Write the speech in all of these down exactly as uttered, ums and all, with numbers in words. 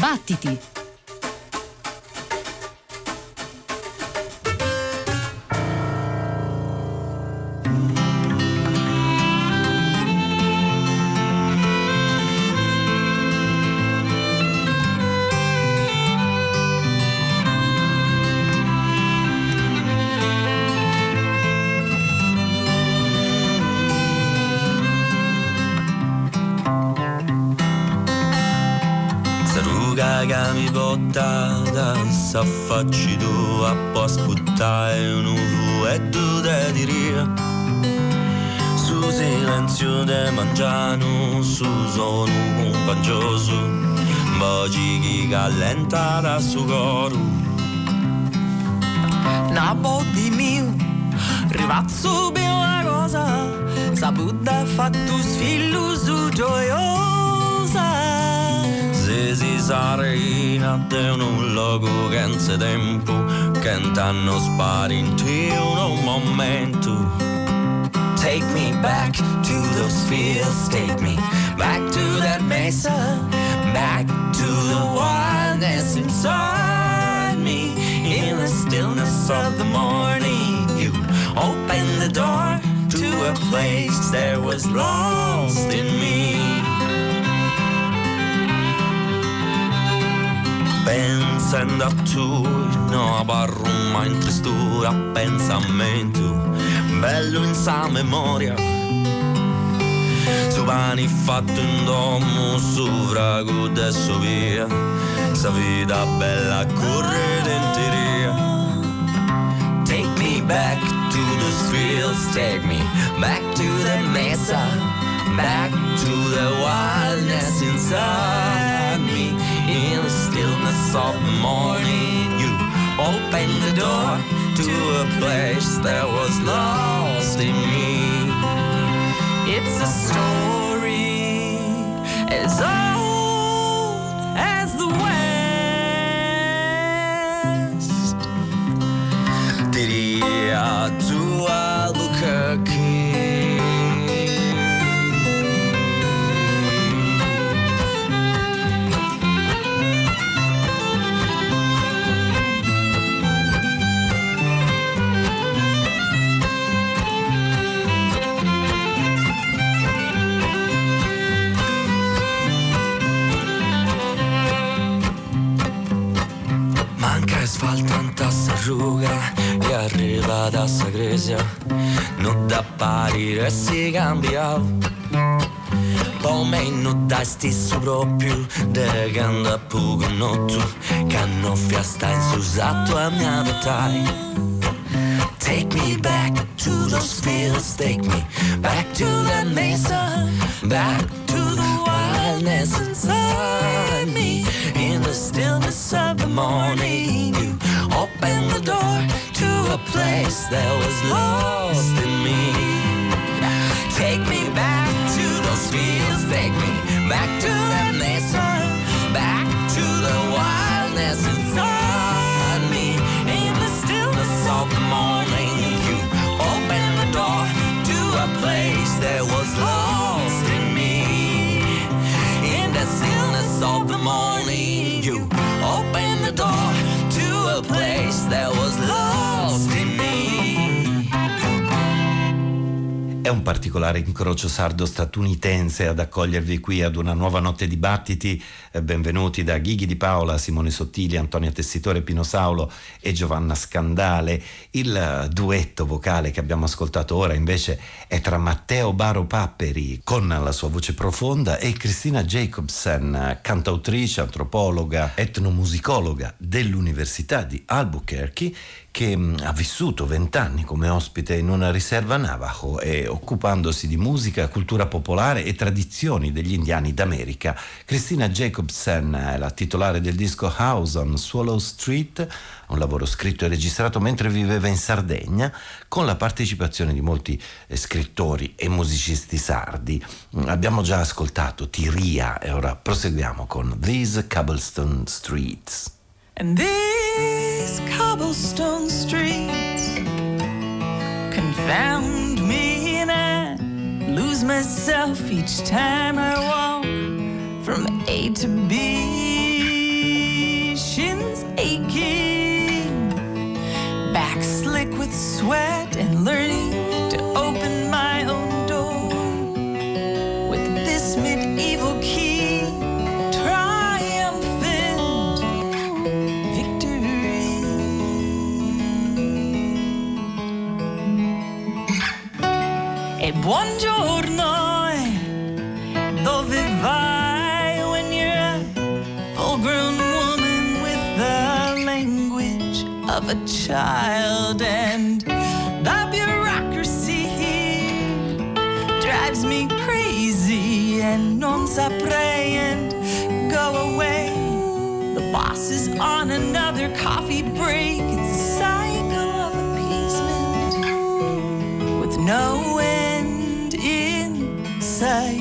Battiti! Che mi portata s'affacci tu a po' aspettare un uvo e tu te diria su silenzio de mangiano su sono compagnoso voci chi callentata su coro una body mio rivazzo per una cosa saputa fatto sfillo su gioiosa se si sarina de un luogo che non c'è tempo che t'hanno spari in te un momento. Take me back to those fields, take me back to that mesa, back to the wildness inside me. In the stillness of the morning, you opened the door to a place that was lost in me. Pensando a tu, no parlo mai in tristura, pensamento, bello in sa memoria. Su pani fatto in domo, su vrago adesso via, sa vita bella corre denteria. Take me back to those fields, take me back to the mesa, back to the wildness inside me. In the stillness of the morning, you opened the door to a place that was lost in me. It's a story as old as the West. Diria to Albuquerque. Asfaltanta s'arruga e arriva da sa gresia non da parire si cambia come non da stesso proprio de che anda poco notto che non fiasta in susato a mia battaglia. Take me back to those fields, take me back to the mesa, back to the wildness inside me. In the stillness of the morning, you opened the door to a place that was lost in me. Take me back to those fields, take me back to the mesa, back to the wildness inside me. In the stillness of the morning, you opened the door to a place that was lost in me. In the stillness of the morning, you opened the door to a place that was lost in me. È un particolare incrocio sardo-statunitense ad accogliervi qui ad una nuova notte di battiti. Benvenuti da Ghighi Di Paola, Simone Sottili, Antonia Tessitore, Pino Saulo e Giovanna Scandale. Il duetto vocale che abbiamo ascoltato ora invece è tra Matteo Baro Papperi con la sua voce profonda e Christina Jacobsen, cantautrice, antropologa, etnomusicologa dell'Università di Albuquerque, che ha vissuto vent'anni come ospite in una riserva Navajo e occupandosi di musica, cultura popolare e tradizioni degli indiani d'America. Christina Jacobsen è la titolare del disco House on Swallow Street, un lavoro scritto e registrato mentre viveva in Sardegna, con la partecipazione di molti eh, scrittori e musicisti sardi. Abbiamo già ascoltato Tiria e ora proseguiamo con These Cobblestone Streets. And these cobblestone streets confound me, and I lose myself each time I walk from A to B. aching, back slick with sweat and learning to open my own door with this medieval key, triumphant victory. E buongiorno, dove vai when you're a full-grown woman with the language of a child, and the bureaucracy here drives me crazy, and non saprei and go away. The boss is on another coffee break. It's a cycle of appeasement with no end in sight.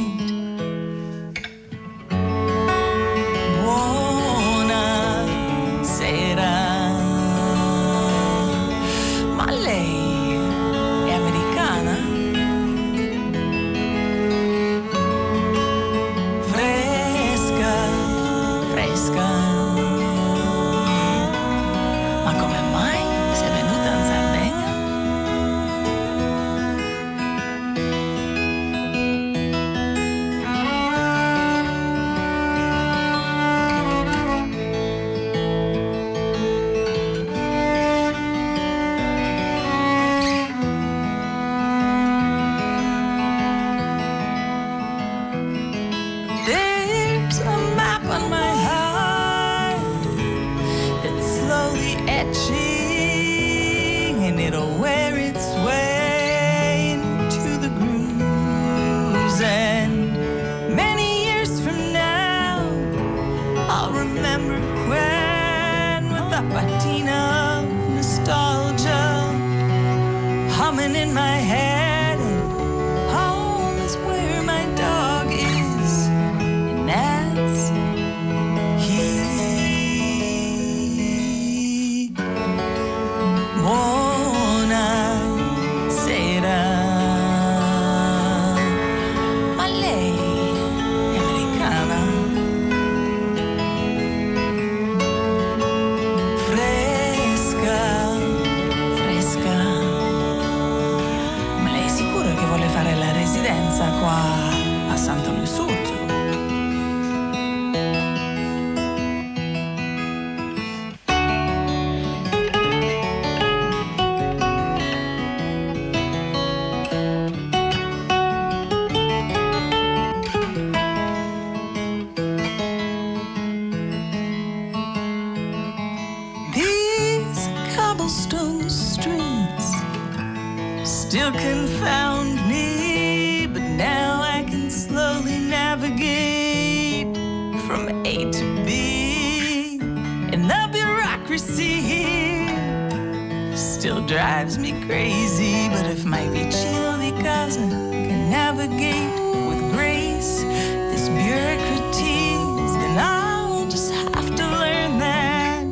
Drives me crazy, but if my vicino di casa can navigate with grace this bureaucraties, then I'll just have to learn that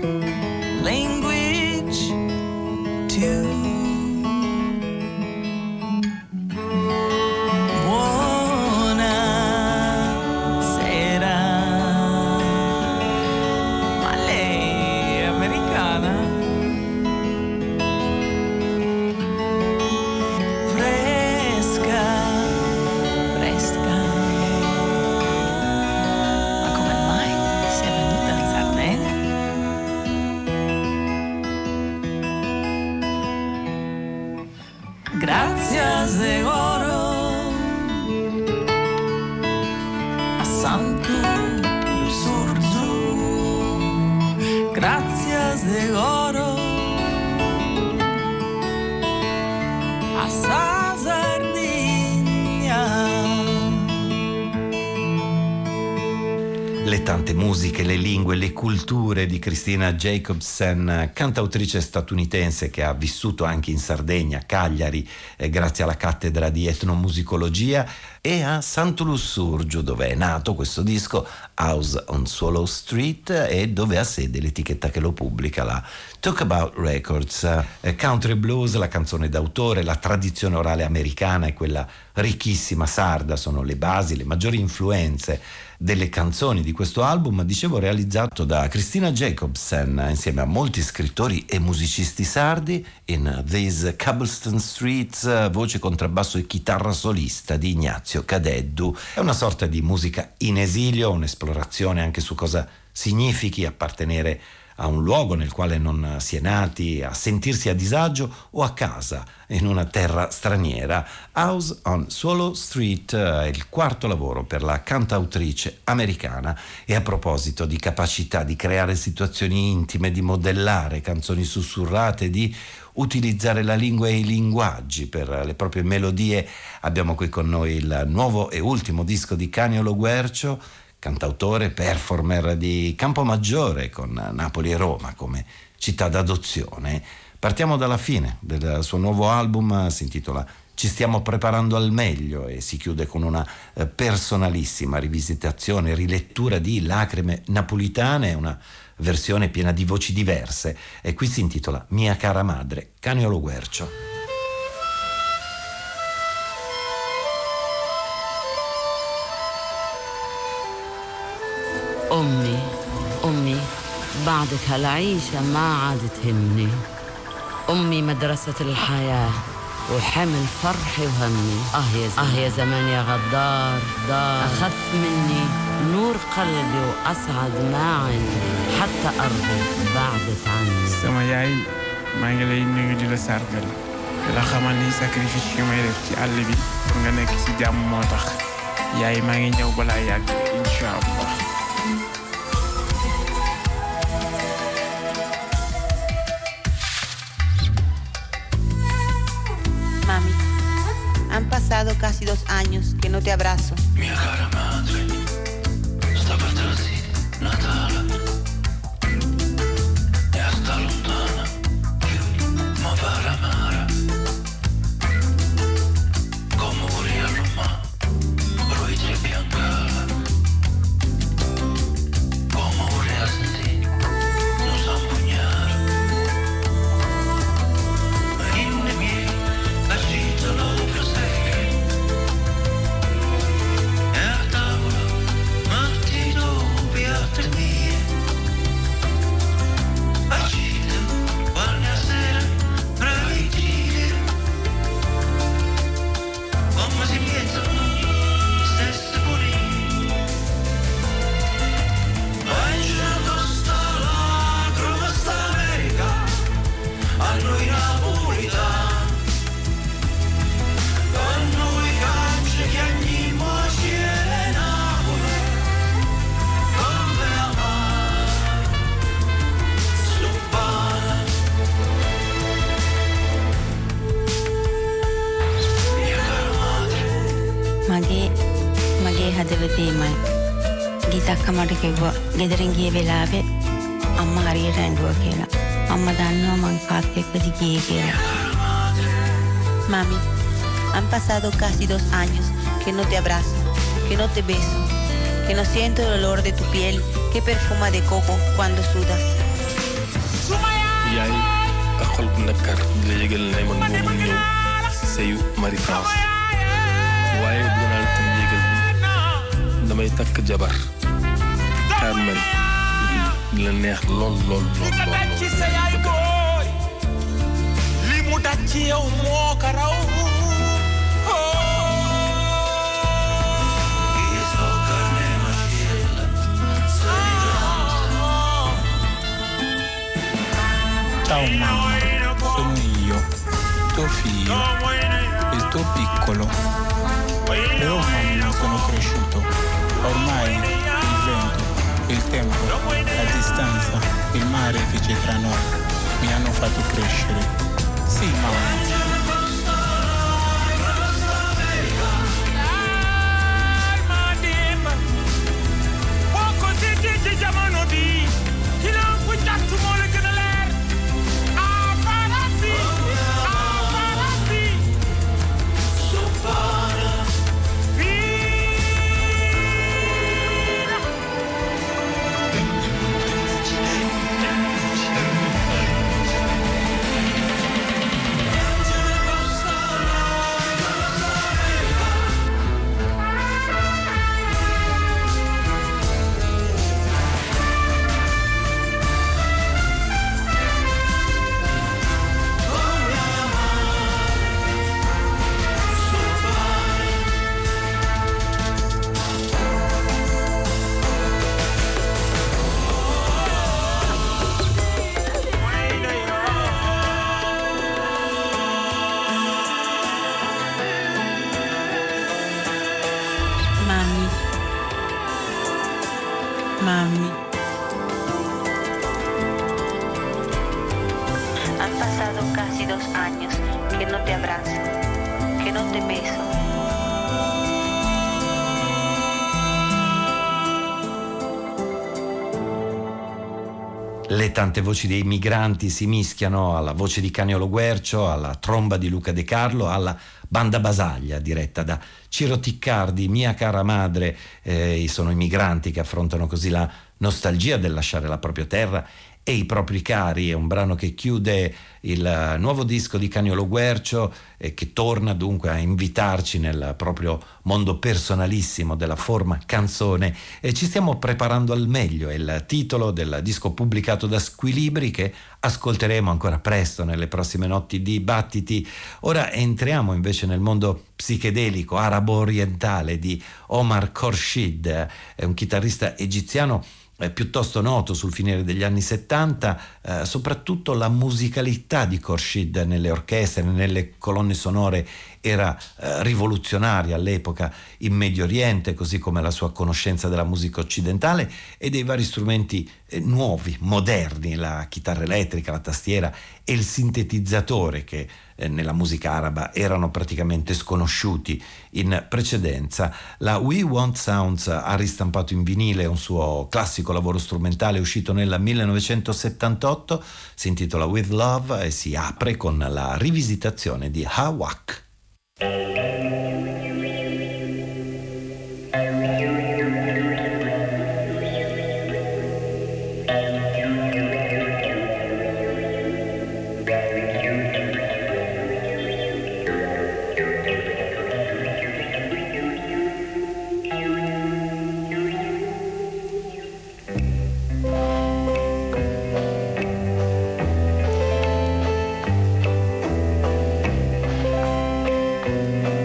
language too. Gracias de oro a Santo Lusurzu. Gracias de oro a Sardegna. Le tante musiche, le lingue, le culture di Christina Jacobsen, cantautrice statunitense che ha vissuto anche in Sardegna, Cagliari, eh, grazie alla cattedra di etnomusicologia, e a Santo Lussurgiu, dove è nato questo disco, House on Swallow Street, e dove ha sede l'etichetta che lo pubblica, la Talk About Records. Eh, country blues, la canzone d'autore, la tradizione orale americana e quella ricchissima sarda sono le basi, le maggiori influenze delle canzoni di questo album, dicevo, realizzato da Christina Jacobsen insieme a molti scrittori e musicisti sardi. In These Cobblestone Streets, voce, contrabbasso e chitarra solista di Ignazio Cadeddu. È una sorta di musica in esilio, un'esplorazione anche su cosa significhi appartenere a un luogo nel quale non si è nati, a sentirsi a disagio o a casa in una terra straniera. House on Swallow Street è il quarto lavoro per la cantautrice americana, e a proposito di capacità di creare situazioni intime, di modellare canzoni sussurrate, di utilizzare la lingua e i linguaggi per le proprie melodie, abbiamo qui con noi il nuovo e ultimo disco di Canio Guercio, cantautore, performer di Campomaggiore, con Napoli e Roma come città d'adozione. Partiamo dalla fine del suo nuovo album, si intitola Ci stiamo preparando al meglio e si chiude con una personalissima rivisitazione, rilettura di Lacrime napolitane, una versione piena di voci diverse, e qui si intitola Mia cara madre, Canio Guercio. أمي أمي بعدك هالعيشة ما عاد تهمني. أمي مدرسة الحياة وحمل فرحي وهمي. آه يا زمان, آه يا زمان يا غدار دار، أخذت مني نور قلبي وأسعد ما عندي، حتى أرضي بعدت عني. sama yaay maa ngi lay nuyu di la sargal, di la xamal ni sacrifice yi may def ci àll bi pour nga nekk ci jàmm moo tax. yaay maa ngi ñëw balaa yàgg incha allah. Mami, han pasado casi dos años que no te abrazo. Mia cara madre, sta per trasì Natale e sta lontana, ma para amare. Come volerlo ma, lui ti piangala. Come voler sentire, non sa pugnare. In le mie, la città lo prosegue. E a tavola, matti dopi altre mie. Agite, buona sera, bravi giri. Come si piazzano, stesse pulire. Mangiando sta lacrima, sta America, a noi napolitani. A noi calci che ogni moci è Napoli, come amare, su pane. Mia cara madre, මගේ මගේ හදවතේමයි. ගීතක් මට කිව්වා ගෙදරින් ගිය වෙලාවේ අම්මා හරියට ඇඬුවා කියලා. අම්මා දන්නවා මං කාත් එක්කද ගියේ කියලා. Mami, han pasado casi dos años que no te abrazo, que no te beso, que no siento el olor de tu piel que perfuma de coco cuando sudas. yaay ak xol bu nakkar di la yëgal ne man moomu ñëw si sëyu Marie France, waaye bëgg naa la tam yëgal ni damay takk jabar Carmen di la neex lool lool lool lool ci sa yaay booy li mu daj ci yow moo ko raw. Ciao mamma, sono io, tuo figlio, il tuo piccolo. Però mamma sono cresciuto. Ormai il vento, il tempo, la distanza, il mare che c'è tra noi mi hanno fatto crescere. Sì mamma. Mami. Han pasado casi dos años que no te abrazo, que no te beso. Le tante voci dei migranti si mischiano alla voce di Caniolo Guercio, alla tromba di Luca De Carlo, alla banda Basaglia diretta da Ciro Ticcardi. Mia cara madre, eh, sono i migranti che affrontano così la nostalgia del lasciare la propria terra e i propri cari. È un brano che chiude il nuovo disco di Caniolo Guercio e che torna dunque a invitarci nel proprio mondo personalissimo della forma canzone. E ci stiamo preparando al meglio, è il titolo del disco pubblicato da Squilibri che ascolteremo ancora presto nelle prossime notti di battiti. Ora entriamo invece nel mondo psichedelico arabo-orientale di Omar Khorshid, è un chitarrista egiziano piuttosto noto sul finire degli anni settanta, eh, soprattutto la musicalità di Khorshid nelle orchestre, nelle colonne sonore era eh, rivoluzionaria all'epoca in Medio Oriente, così come la sua conoscenza della musica occidentale e dei vari strumenti eh, nuovi, moderni, la chitarra elettrica, la tastiera e il sintetizzatore che eh, nella musica araba erano praticamente sconosciuti in precedenza. La We Want Sounds ha ristampato in vinile un suo classico lavoro strumentale uscito nel millenovecentosettantotto, si intitola With Love e si apre con la rivisitazione di Hawak. Thank you.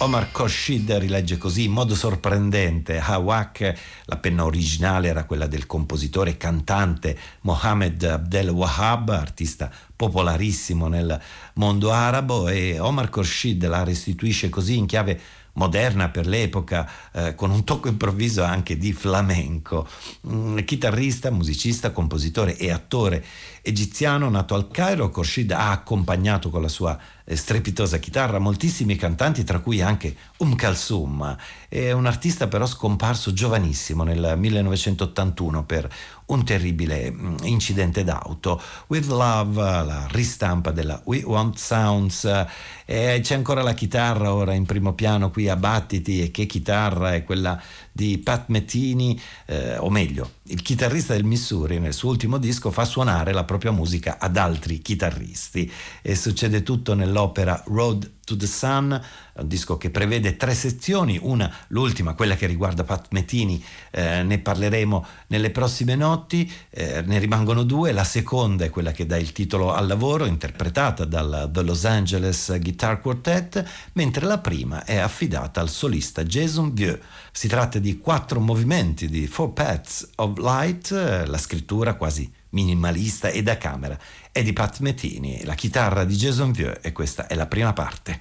Omar Khorshid rilegge così in modo sorprendente Hawak. La penna originale era quella del compositore e cantante Mohammed Abdel Wahab, artista popolarissimo nel mondo arabo, e Omar Khorshid la restituisce così in chiave moderna per l'epoca, eh, con un tocco improvviso anche di flamenco. Mm, chitarrista, musicista, compositore e attore egiziano nato al Cairo, Khorshid ha accompagnato con la sua eh, strepitosa chitarra moltissimi cantanti, tra cui anche Umm Kalsum. È un artista però scomparso giovanissimo nel millenovecentottantuno per un terribile mm, incidente d'auto. With Love, la ristampa della We Want Sounds, eh, c'è ancora la chitarra ora in primo piano qui a Battiti, e che chitarra è quella di Pat Metheny, eh, o meglio, il chitarrista del Missouri nel suo ultimo disco fa suonare la propria musica ad altri chitarristi, e succede tutto nell'opera Road to the Sun, un disco che prevede tre sezioni, una, l'ultima, quella che riguarda Pat Metheny, eh, ne parleremo nelle prossime notti, eh, ne rimangono due, la seconda è quella che dà il titolo al lavoro, interpretata dal The Los Angeles Guitar Quartet, mentre la prima è affidata al solista Jason Vieux. Si tratta di quattro movimenti di Four Paths of Light, eh, la scrittura quasi minimalista e da camera è di Pat Metheny, la chitarra di Jason Vieux, e questa è la prima parte.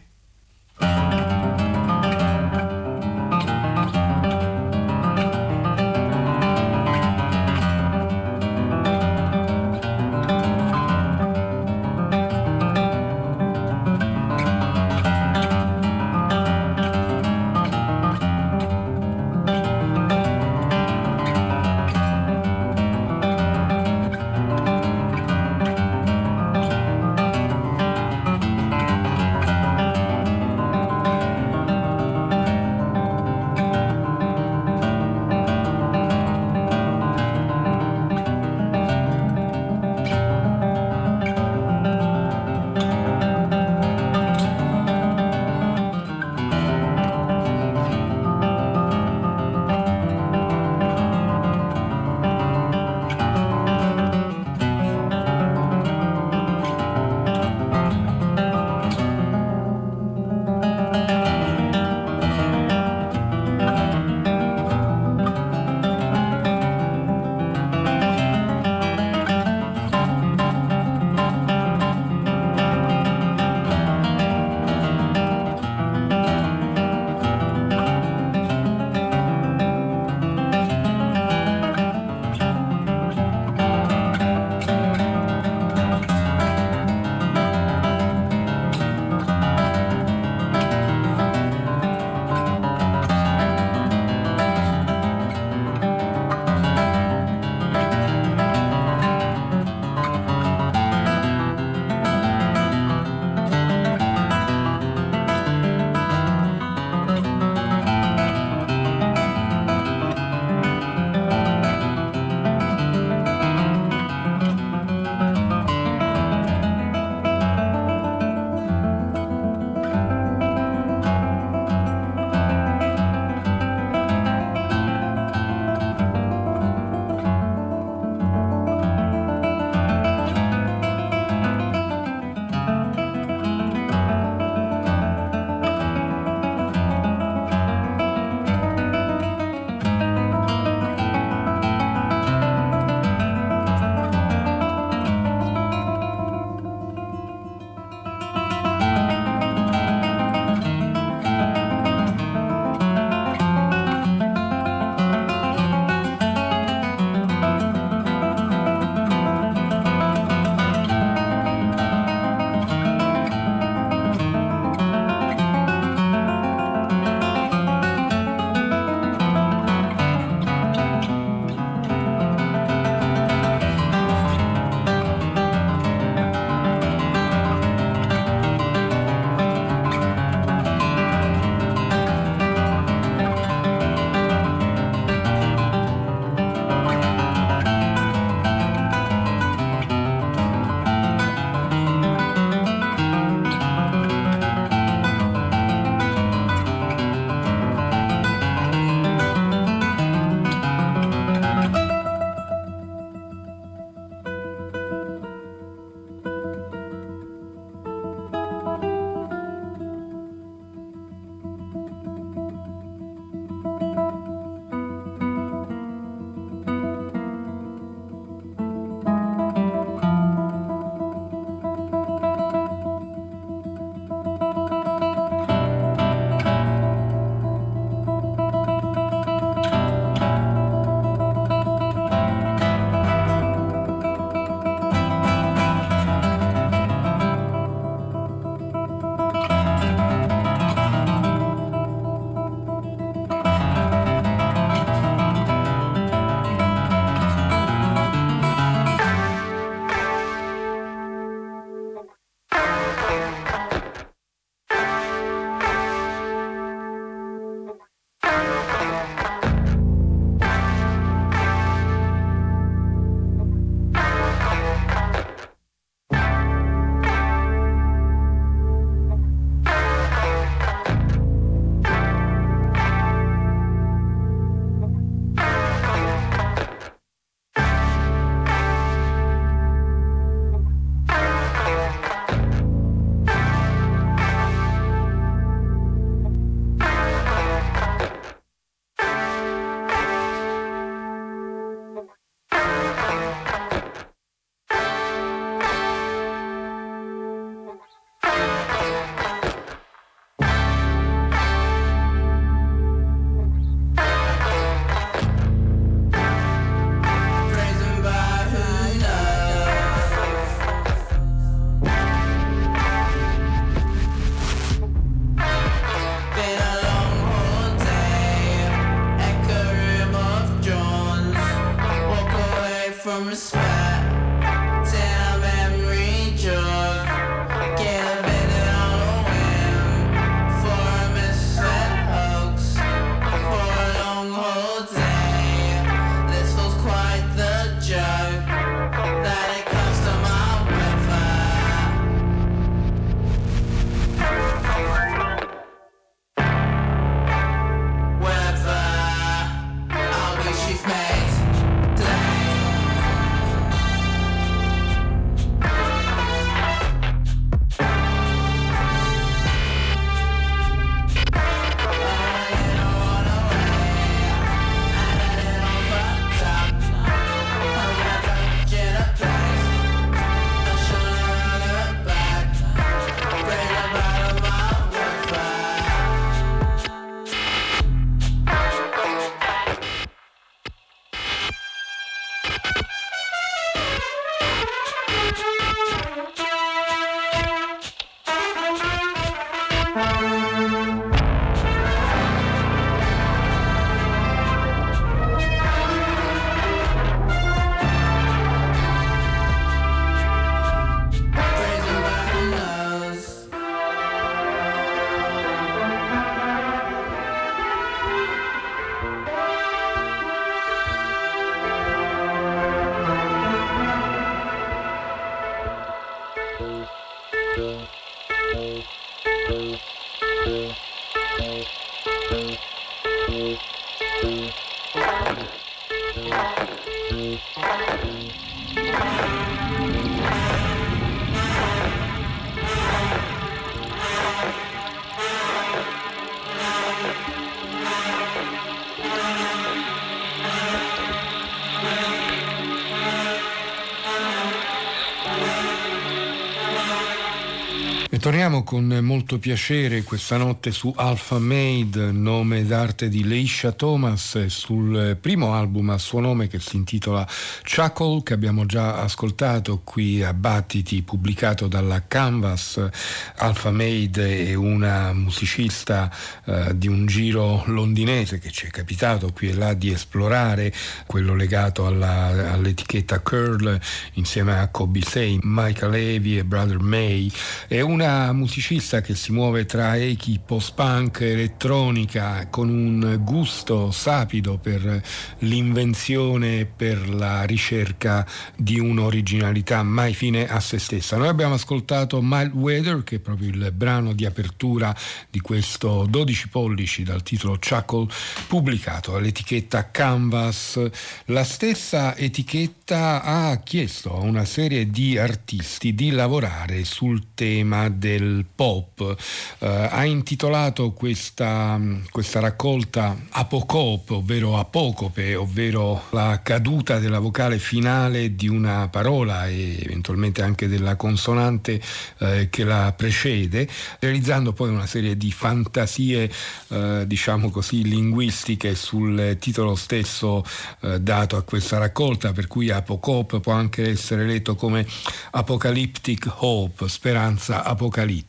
Torniamo con molto piacere questa notte su Alpha Made, nome d'arte di Leisha Thomas, sul primo album a suo nome che si intitola Chuckle, che abbiamo già ascoltato qui a Battiti, pubblicato dalla Canvas. Alpha Made è una musicista eh, di un giro londinese che ci è capitato qui e là di esplorare, quello legato alla, all'etichetta Curl, insieme a Kobe Say, Michael Levy e Brother May. È una musicista che si muove tra echi post-punk, elettronica, con un gusto sapido per l'invenzione, per la ricerca di un'originalità mai fine a se stessa. Noi abbiamo ascoltato Mild Weather, che è proprio il brano di apertura di questo dodici pollici dal titolo Chuckle, pubblicato all'etichetta Canvas. La stessa etichetta ha chiesto a una serie di artisti di lavorare sul tema del pop. Uh, ha intitolato questa, questa raccolta Apocope, ovvero apocope, ovvero la caduta della vocale finale di una parola e eventualmente anche della consonante uh, che la precede, realizzando poi una serie di fantasie uh, diciamo così linguistiche sul titolo stesso uh, dato a questa raccolta, per cui Apocope può anche essere letto come Apocalyptic Hope, speranza apocalittica.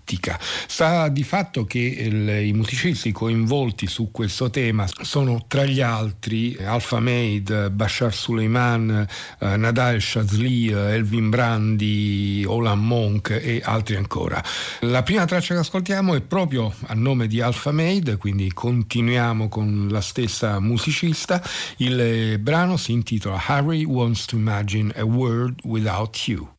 Sta di fatto che il, i musicisti coinvolti su questo tema sono tra gli altri Alpha Made, Bashar Suleiman, eh, Nadal Shazli, Elvin Brandi, Olan Monk e altri ancora. La prima traccia che ascoltiamo è proprio a nome di Alpha Made, quindi continuiamo con la stessa musicista. Il brano si intitola Harry Wants to Imagine a World Without You.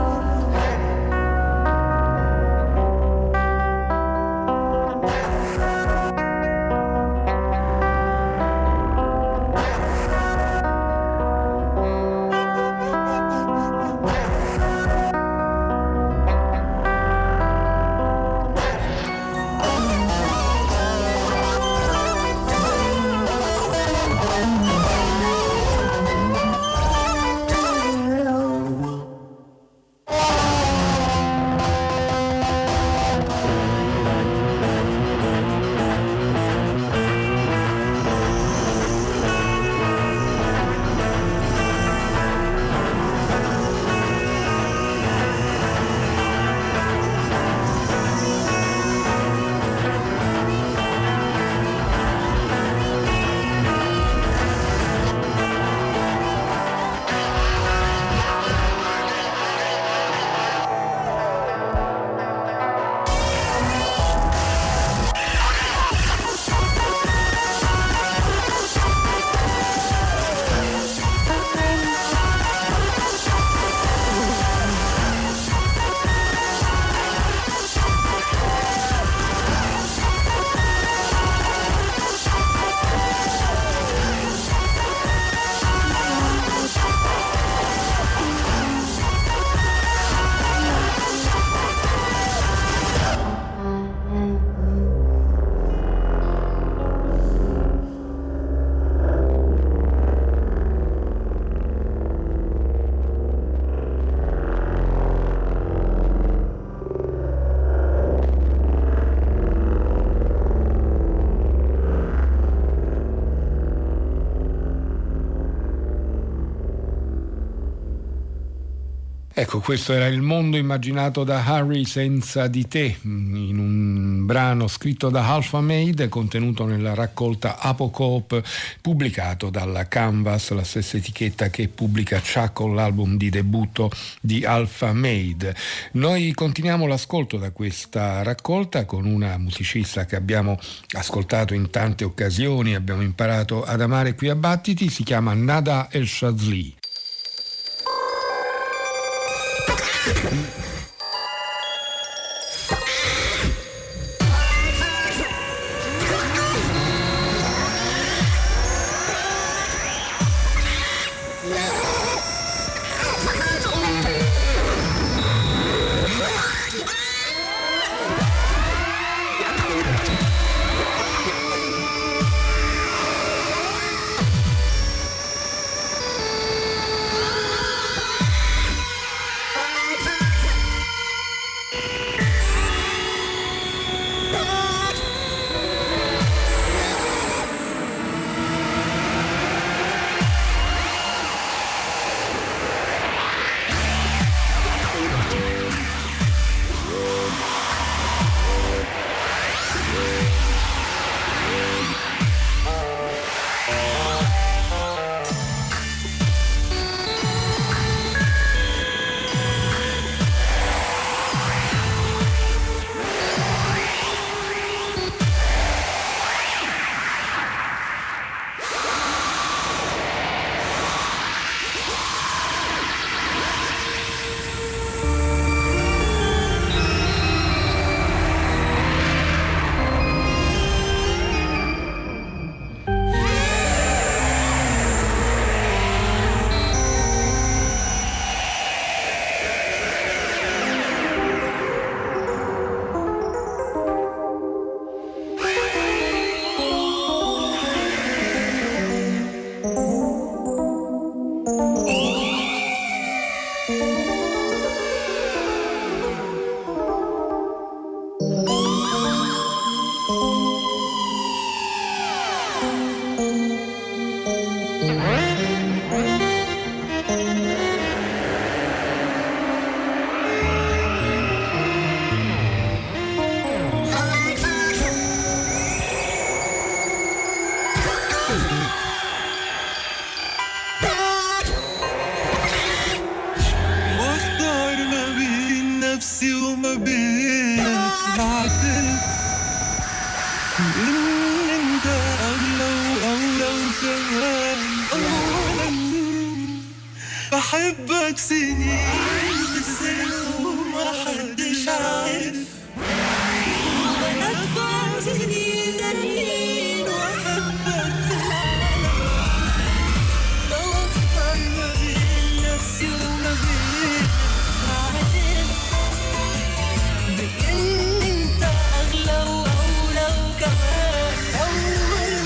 Bye. Ecco, questo era Il mondo immaginato da Harry senza di te, in un brano scritto da Alpha Made, contenuto nella raccolta Apocope, pubblicato dalla Canvas, la stessa etichetta che pubblica Chuckle, l'album di debutto di Alpha Made. Noi continuiamo l'ascolto da questa raccolta con una musicista che abbiamo ascoltato in tante occasioni, abbiamo imparato ad amare qui a Battiti, si chiama Nada El Shazli. بحبك سنين في السر وما حدش عارف وانا ادفع سنين تانيين واحبك في العالم لو اختار ما بين نفسي وما بينك هعترف بان انت اغلى واولى وكمان اول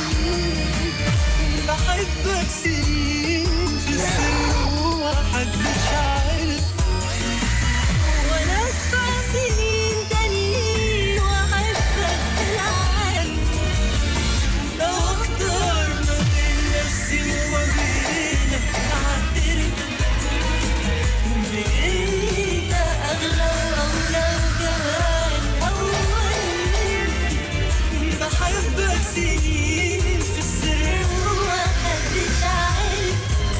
بحبك سنين في السر محدش عارف وانا ادفع سنين تانيين واحبك في العالم لو اختار ما بين نفسي وما بينك هعترف بان انت اغلى واولى وكمان اول بحبك سنين في السر ومحدش عارف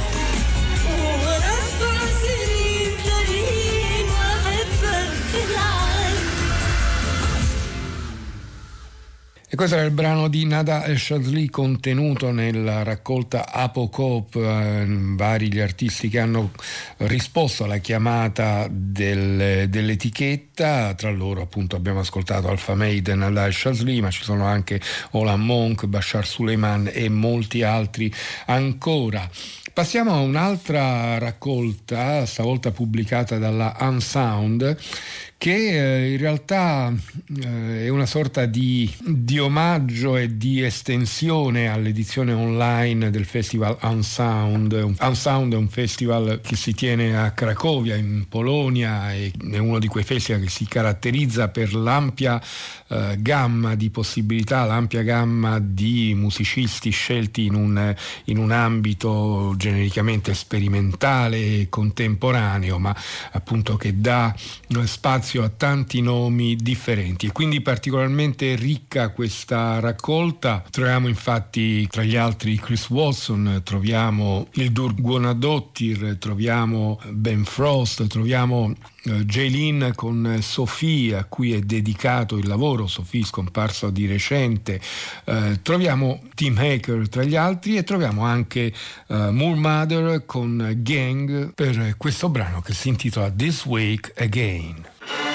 E questo era il brano di Nada El Shazli contenuto nella raccolta Apocope, eh, vari gli artisti che hanno risposto alla chiamata del, dell'etichetta, tra loro appunto abbiamo ascoltato Alpha Made e Nada El Shazli, ma ci sono anche Olam Monk, Bashar Suleiman e molti altri ancora. Passiamo a un'altra raccolta, stavolta pubblicata dalla Unsound, che eh, in realtà eh, è una sorta di, di omaggio e di estensione all'edizione online del festival Unsound. Unsound è un festival che si tiene a Cracovia in Polonia, e è uno di quei festival che si caratterizza per l'ampia eh, gamma di possibilità, l'ampia gamma di musicisti scelti in un, in un ambito generale genericamente sperimentale e contemporaneo, ma appunto che dà spazio a tanti nomi differenti, e quindi particolarmente ricca questa raccolta. Troviamo infatti tra gli altri Chris Watson, troviamo Hildur Guðnadóttir, troviamo Ben Frost, troviamo Uh, Jaylin con Sophie, a cui è dedicato il lavoro, Sophie scomparsa di recente, uh, troviamo Tim Hacker tra gli altri, e troviamo anche uh, Moor Mother con Gang per questo brano che si intitola This Week Again.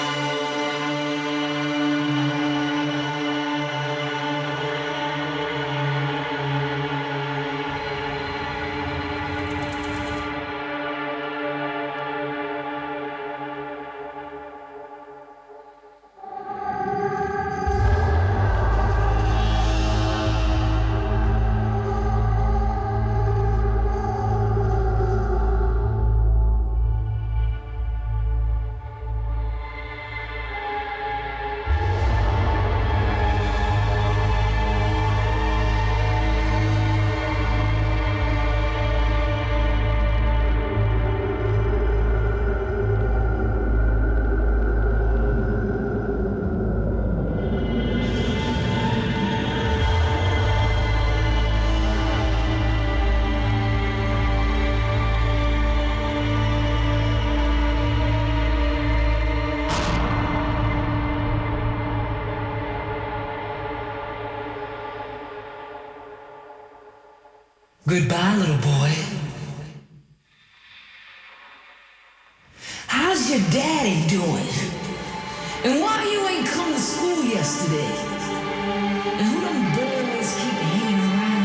Goodbye, little boy. How's your daddy doing? And why you ain't come to school yesterday? And who them boys keep hanging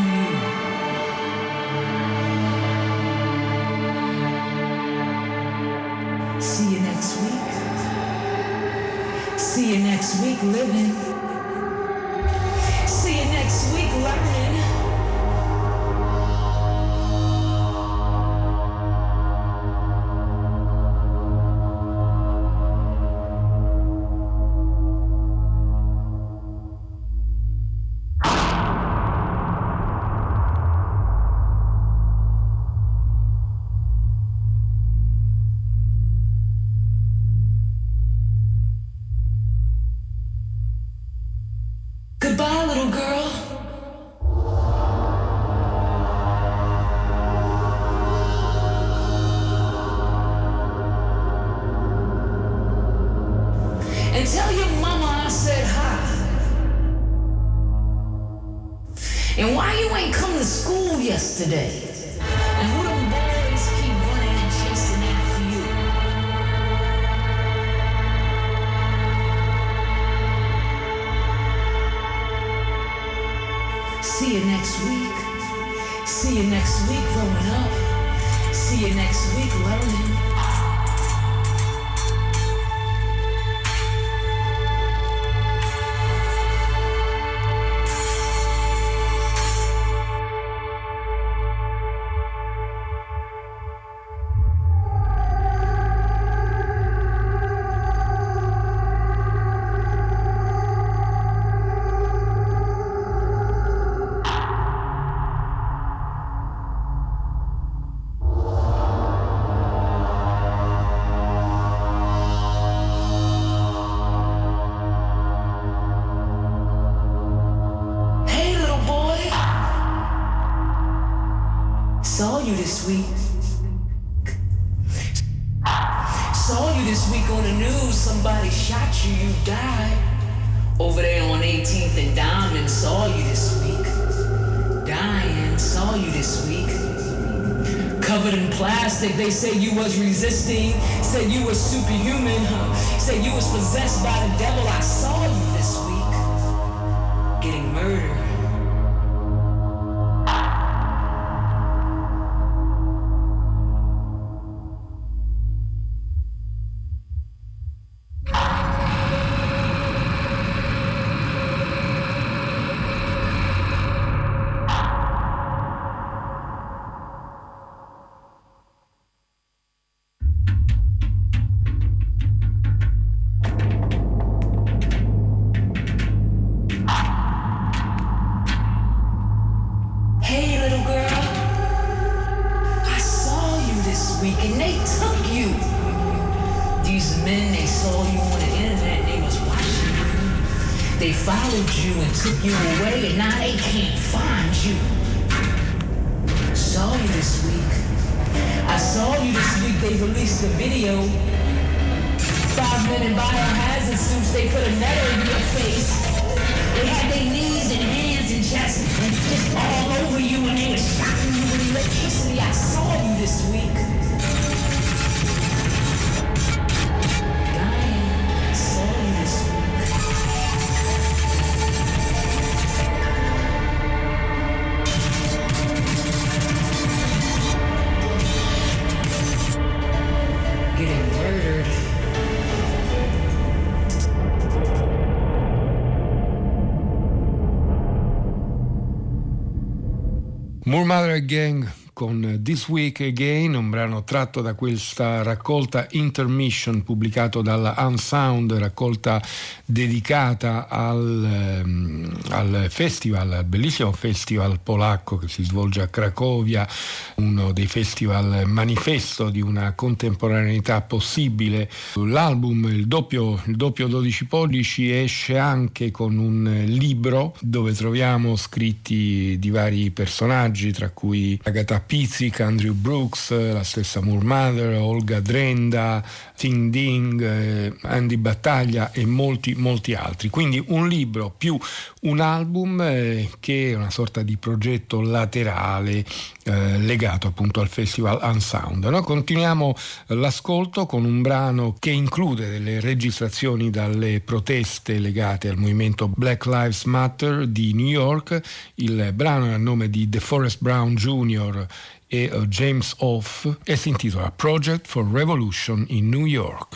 around you? See you next week. See you next week living. See you next week learning. Goodbye, little girl. And tell your mama I said hi. And why you ain't come to school yesterday? And who them boys keep running and chasing after you? See you next week. See you next week growing up. See you next week learning. Saw you this week. Saw you this week on the news. Somebody shot you, you died. Over there on eighteenth and Diamond. Saw you this week. Dying, saw you this week. Covered in plastic, they say you was resisting. Said you was superhuman. Huh? Said you was possessed by the devil. I saw you this week. Getting murdered. they followed you and took you away, and now they can't find you. Saw you this week. I saw you this week. They released a video. Five men in biohazard suits. They put a net over your face. They had their knees and hands and chest and just all over you, and they were shocking you with electricity. I saw you this week. Moor Mother Gang con This Week Again, un brano tratto da questa raccolta Intermission pubblicato dalla Unsound, raccolta dedicata al, al festival, al bellissimo festival polacco che si svolge a Cracovia, uno dei festival manifesto di una contemporaneità possibile. L'album, il doppio, il doppio dodici pollici, esce anche con un libro dove troviamo scritti di vari personaggi, tra cui Agatha Pizzic, Andrew Brooks, la stessa Moor Mother, Olga Drenda, Ting Ding, eh, Andy Battaglia e molti molti altri. Quindi un libro più un album eh, che è una sorta di progetto laterale eh, legato appunto al festival Unsound. No? Continuiamo l'ascolto con un brano che include delle registrazioni dalle proteste legate al movimento Black Lives Matter di New York. Il brano è a nome di DeForest Brown Junior e uh, James Off e si intitola Project for Revolution in New York.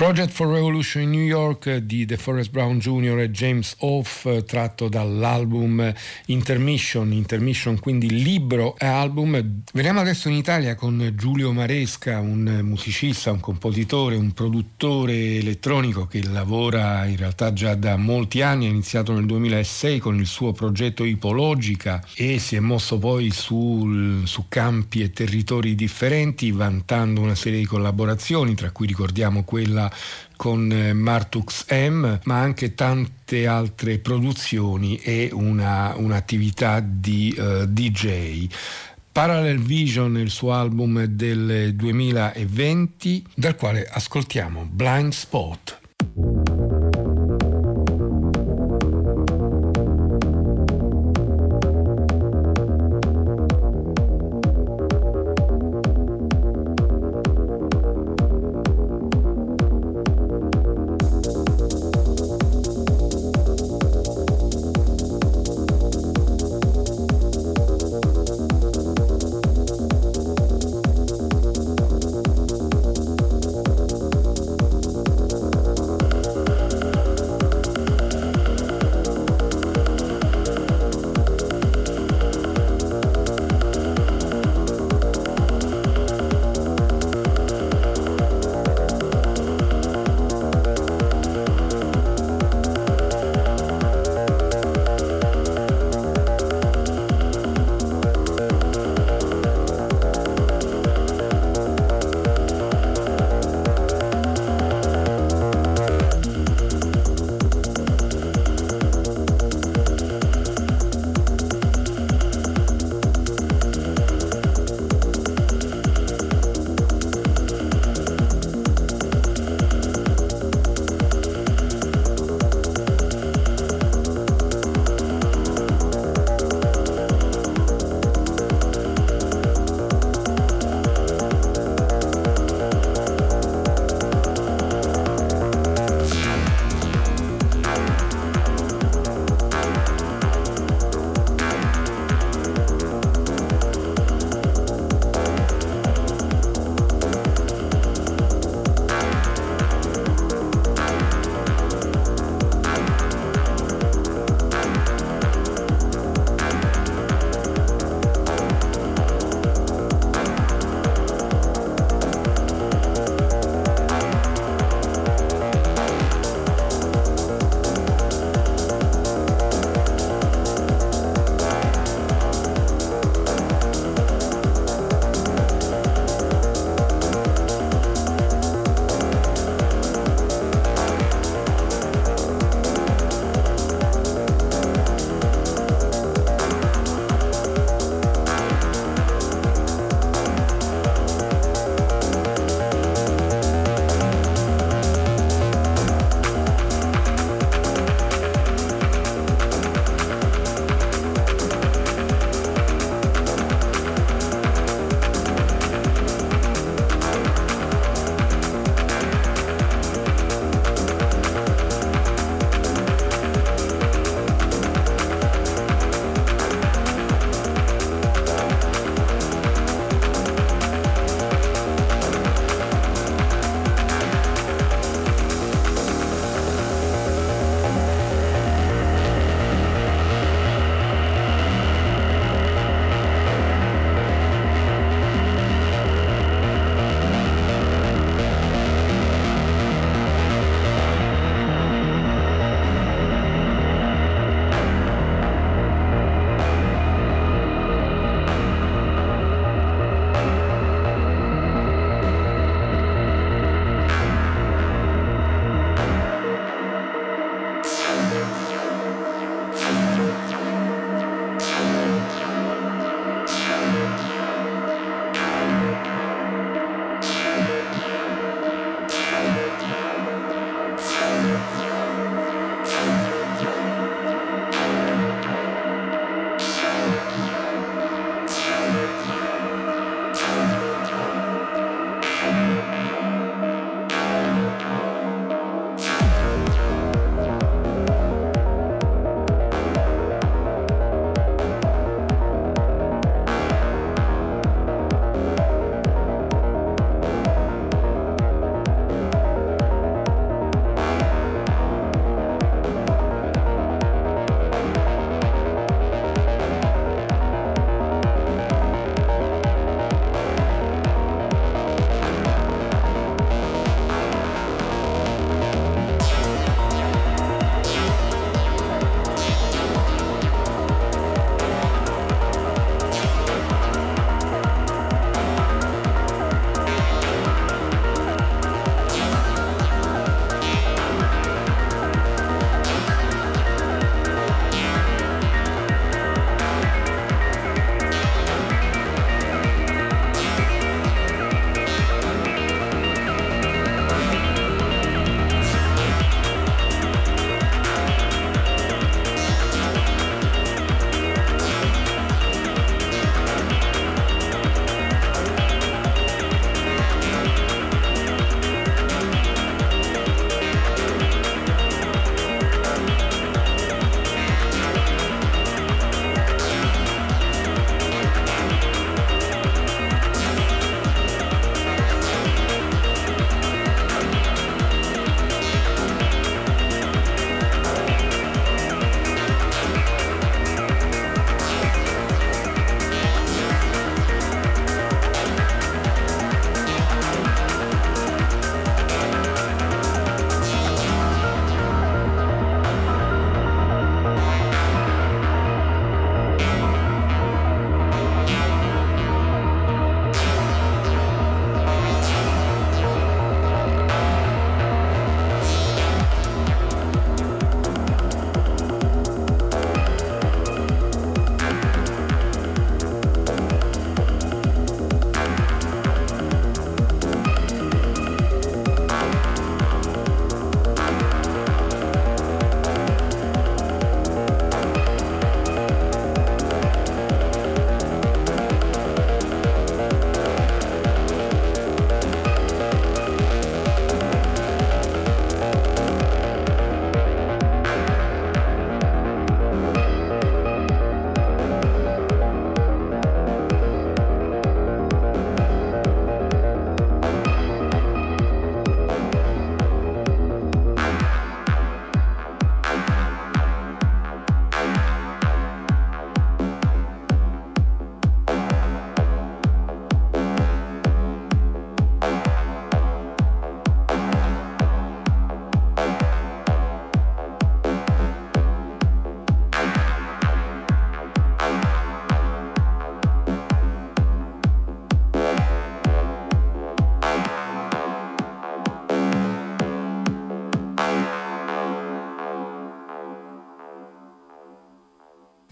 Project for Revolution in New York di DeForest Brown junior e James Off, tratto dall'album Intermission, Intermission quindi libro e album. Veniamo adesso in Italia con Giulio Maresca, un musicista, un compositore, un produttore elettronico che lavora in realtà già da molti anni. Ha iniziato nel duemilasei con il suo progetto Ipologica e si è mosso poi sul, su campi e territori differenti, vantando una serie di collaborazioni, tra cui ricordiamo quella con Martux M, ma anche tante altre produzioni e una, un'attività di uh, D J. Parallel Vision è il suo album del duemilaventi, dal quale ascoltiamo Blind Spot.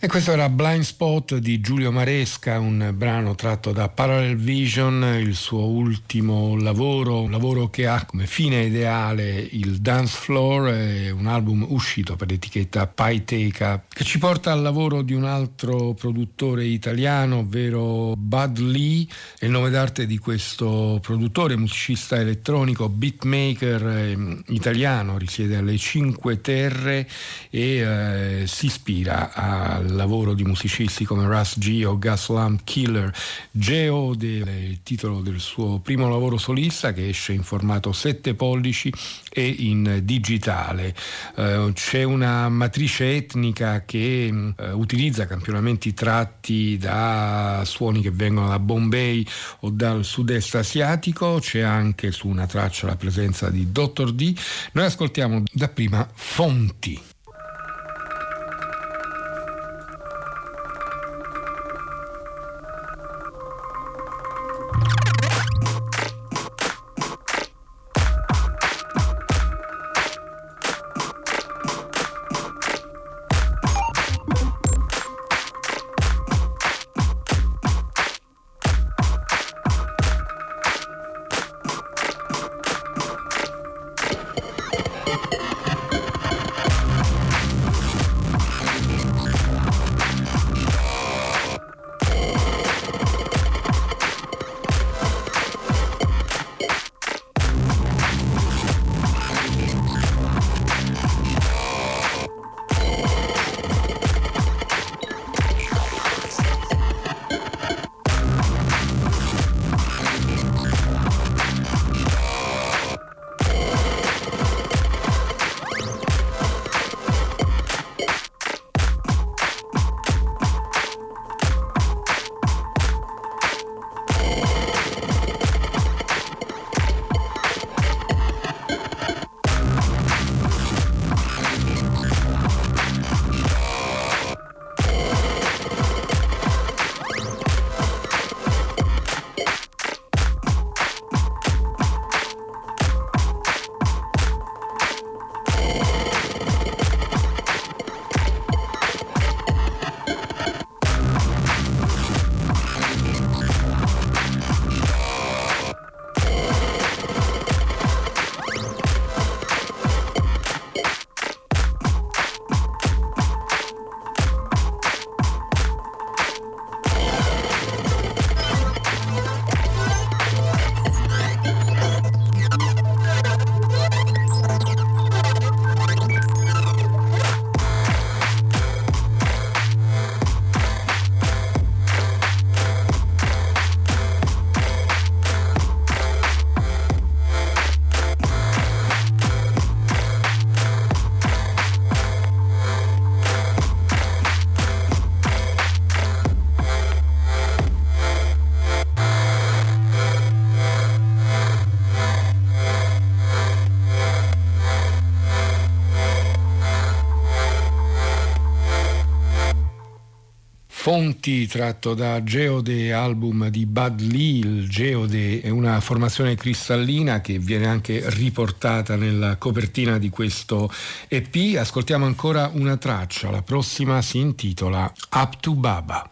E questo era Blind Spot di Giulio Maresca, un brano tratto da Parallel Vision, il suo ultimo lavoro, un lavoro che ha come fine ideale il dance floor, è un album uscito per l'etichetta Paiteca, che ci porta al lavoro di un altro produttore italiano, ovvero Bud Lee. È il nome d'arte di questo produttore, musicista elettronico, beatmaker eh, italiano, risiede alle Cinque Terre e eh, si ispira al lavoro di musicisti come Russ G o Gus Lamp Killer. Geode è il titolo del suo primo lavoro solista, che esce in formato sette pollici e in digitale. Uh, c'è una matrice etnica che uh, utilizza campionamenti tratti da suoni che vengono da Bombay o dal sud-est asiatico. C'è anche su una traccia la presenza di Doctor D. Noi ascoltiamo dapprima Fonti. Fonti, tratto da Geode, album di Bud Lee. Il Geode è una formazione cristallina che viene anche riportata nella copertina di questo E P. Ascoltiamo ancora una traccia, la prossima si intitola Up to Baba.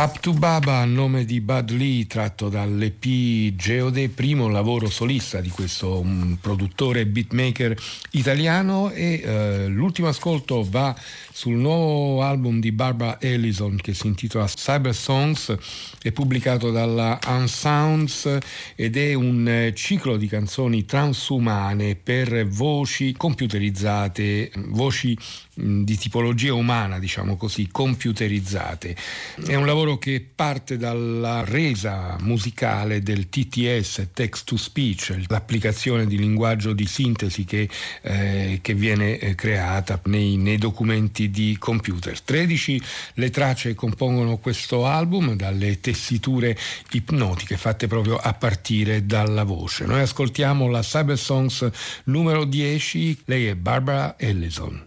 Up to Baba, a nome di Bud Lee, tratto dall'E P Geode, primo lavoro solista di questo um, produttore beatmaker italiano, e eh, l'ultimo ascolto va sul nuovo album di Barbara Ellison che si intitola Cyber Songs, è pubblicato dalla Unsounds ed è un eh, ciclo di canzoni transumane per voci computerizzate, voci mh, di tipologia umana, diciamo così, computerizzate. È un lavoro che parte dalla resa musicale del T T S, text to speech, l'applicazione di linguaggio di sintesi che, eh, che viene eh, creata nei, nei documenti di computer. tredici le tracce che compongono questo album, dalle tessiture ipnotiche fatte proprio a partire dalla voce. Noi ascoltiamo la Cyber Songs numero dieci, lei è Barbara Ellison.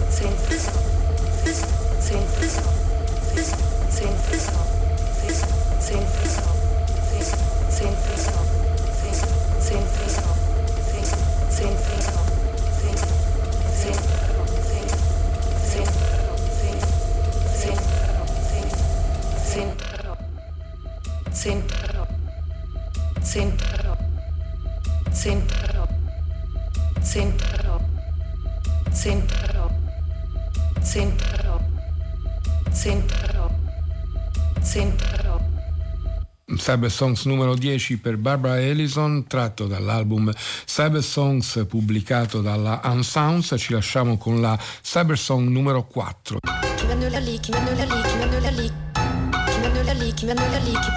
Same. Sempre, sempre, sempre, sempre, sempre, sempre, sempre, sempre. Cyber Songs numero dieci per Barbara Ellison, tratto dall'album Cyber Songs pubblicato dalla Unsounds. Ci lasciamo con la Cyber Song numero quattro. Chi mi hanno la lì, chi mi hanno la lì, chi mi hanno la lì, chi mi hanno la lì, chi mi hanno la lì, chi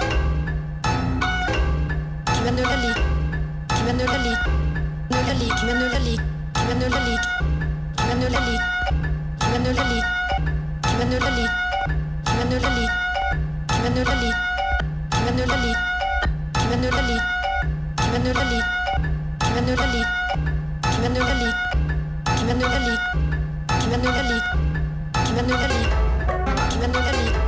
mi hanno la lì, chi mi hanno la lì, hanno la lì, chi mi hanno la lì, chi mi hanno la lì, chi mi hanno la lì, chi mi hanno la lì, chi mi hanno la lì, chi mi hanno la lì, chi mi hanno la lì. Chi mi hanno la lì, chi mi hanno la lì, chi mi hanno la lì, chi mi hanno la lì, chi mi hanno la lì, chi mi hanno la lì, chi mi hanno la lì, chi mi hanno la lì, chi mi hanno la lì.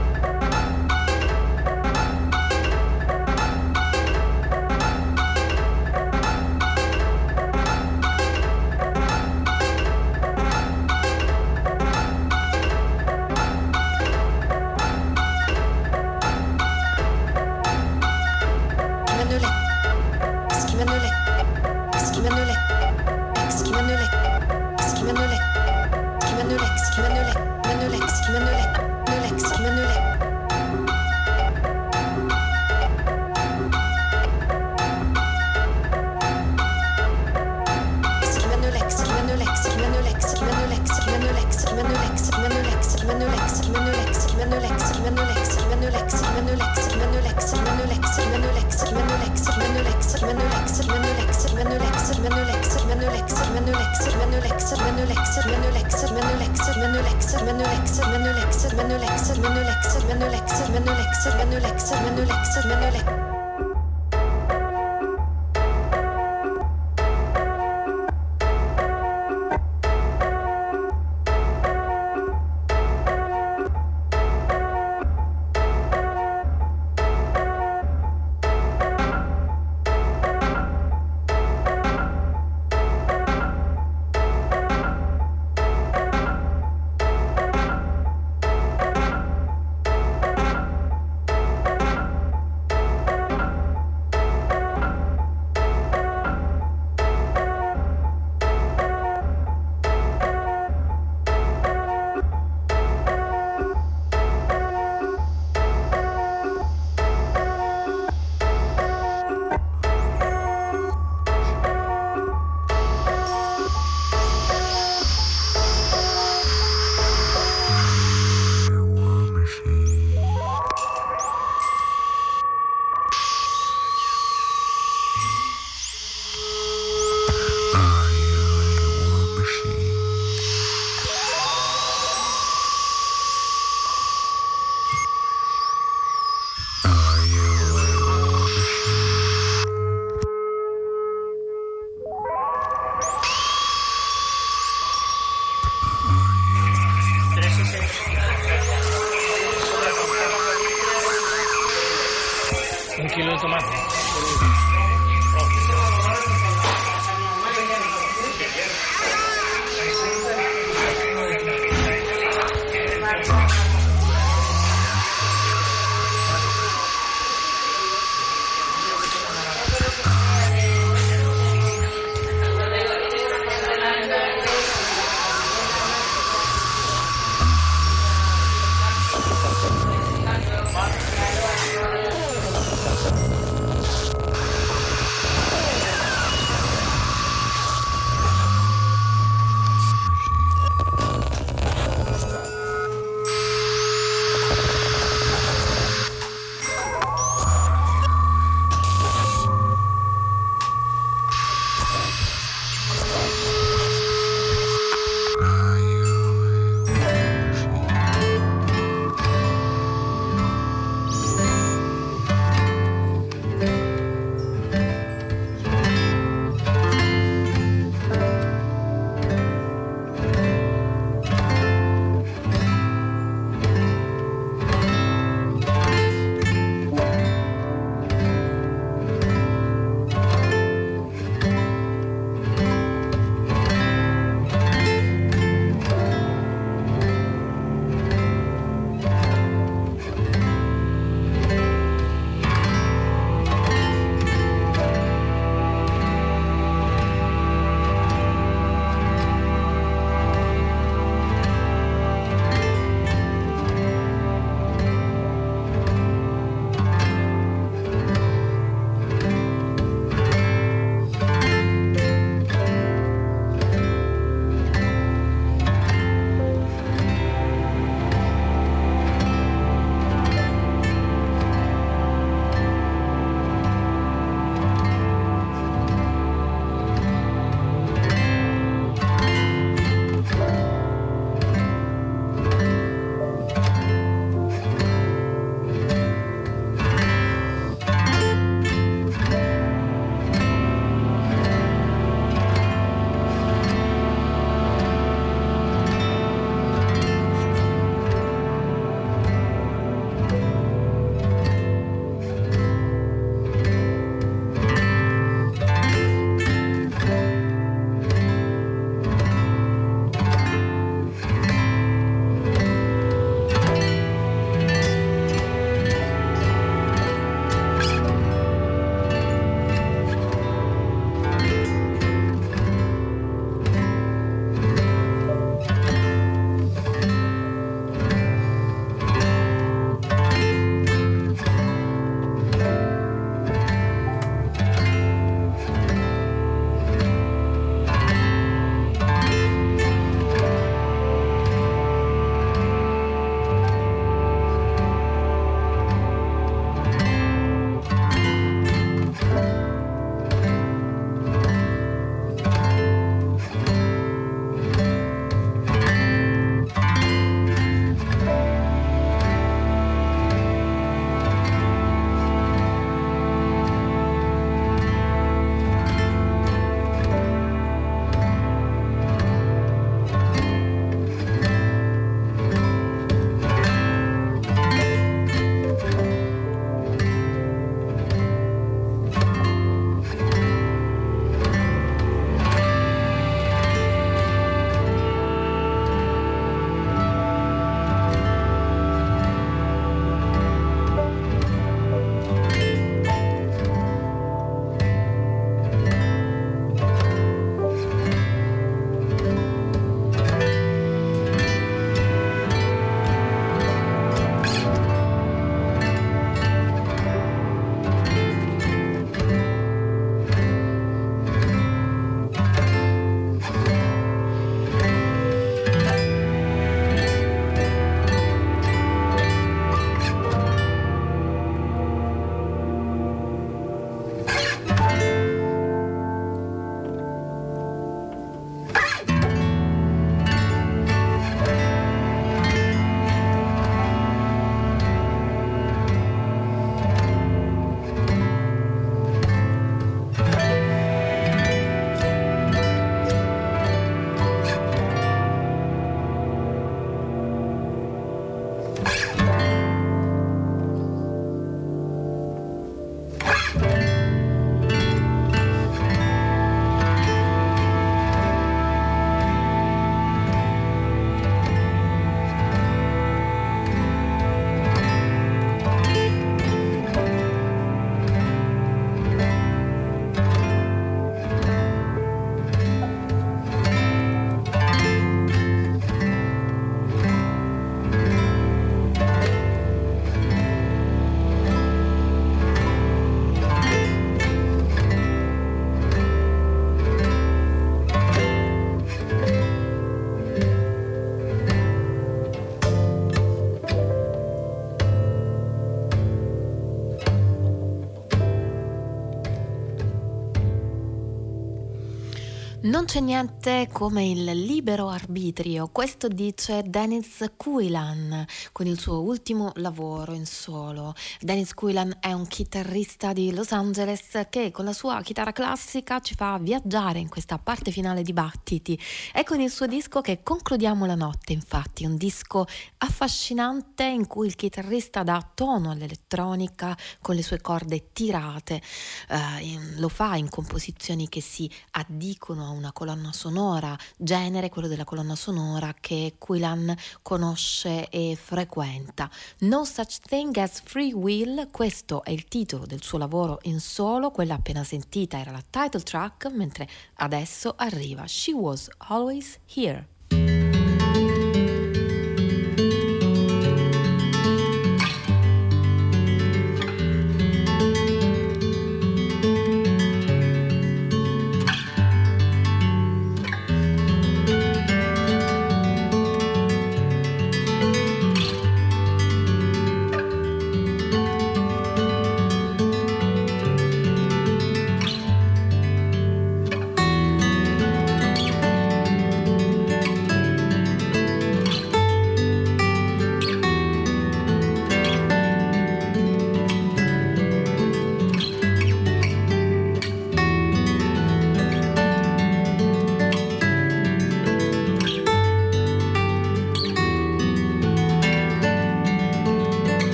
Non c'è niente come il libero arbitrio, questo dice Dennis Quillan con il suo ultimo lavoro in solo. Dennis Quillan è un chitarrista di Los Angeles che con la sua chitarra classica ci fa viaggiare in questa parte finale di Battiti. È con il suo disco che concludiamo la notte, infatti, un disco affascinante in cui il chitarrista dà tono all'elettronica con le sue corde tirate, eh, in, lo fa in composizioni che si addicono a una colonna sonora, genere quello della colonna sonora che Quillan conosce e frequenta. No Such Thing as Free Will, questo è il titolo del suo lavoro in solo, quella appena sentita era la title track, mentre adesso arriva She Was Always Here.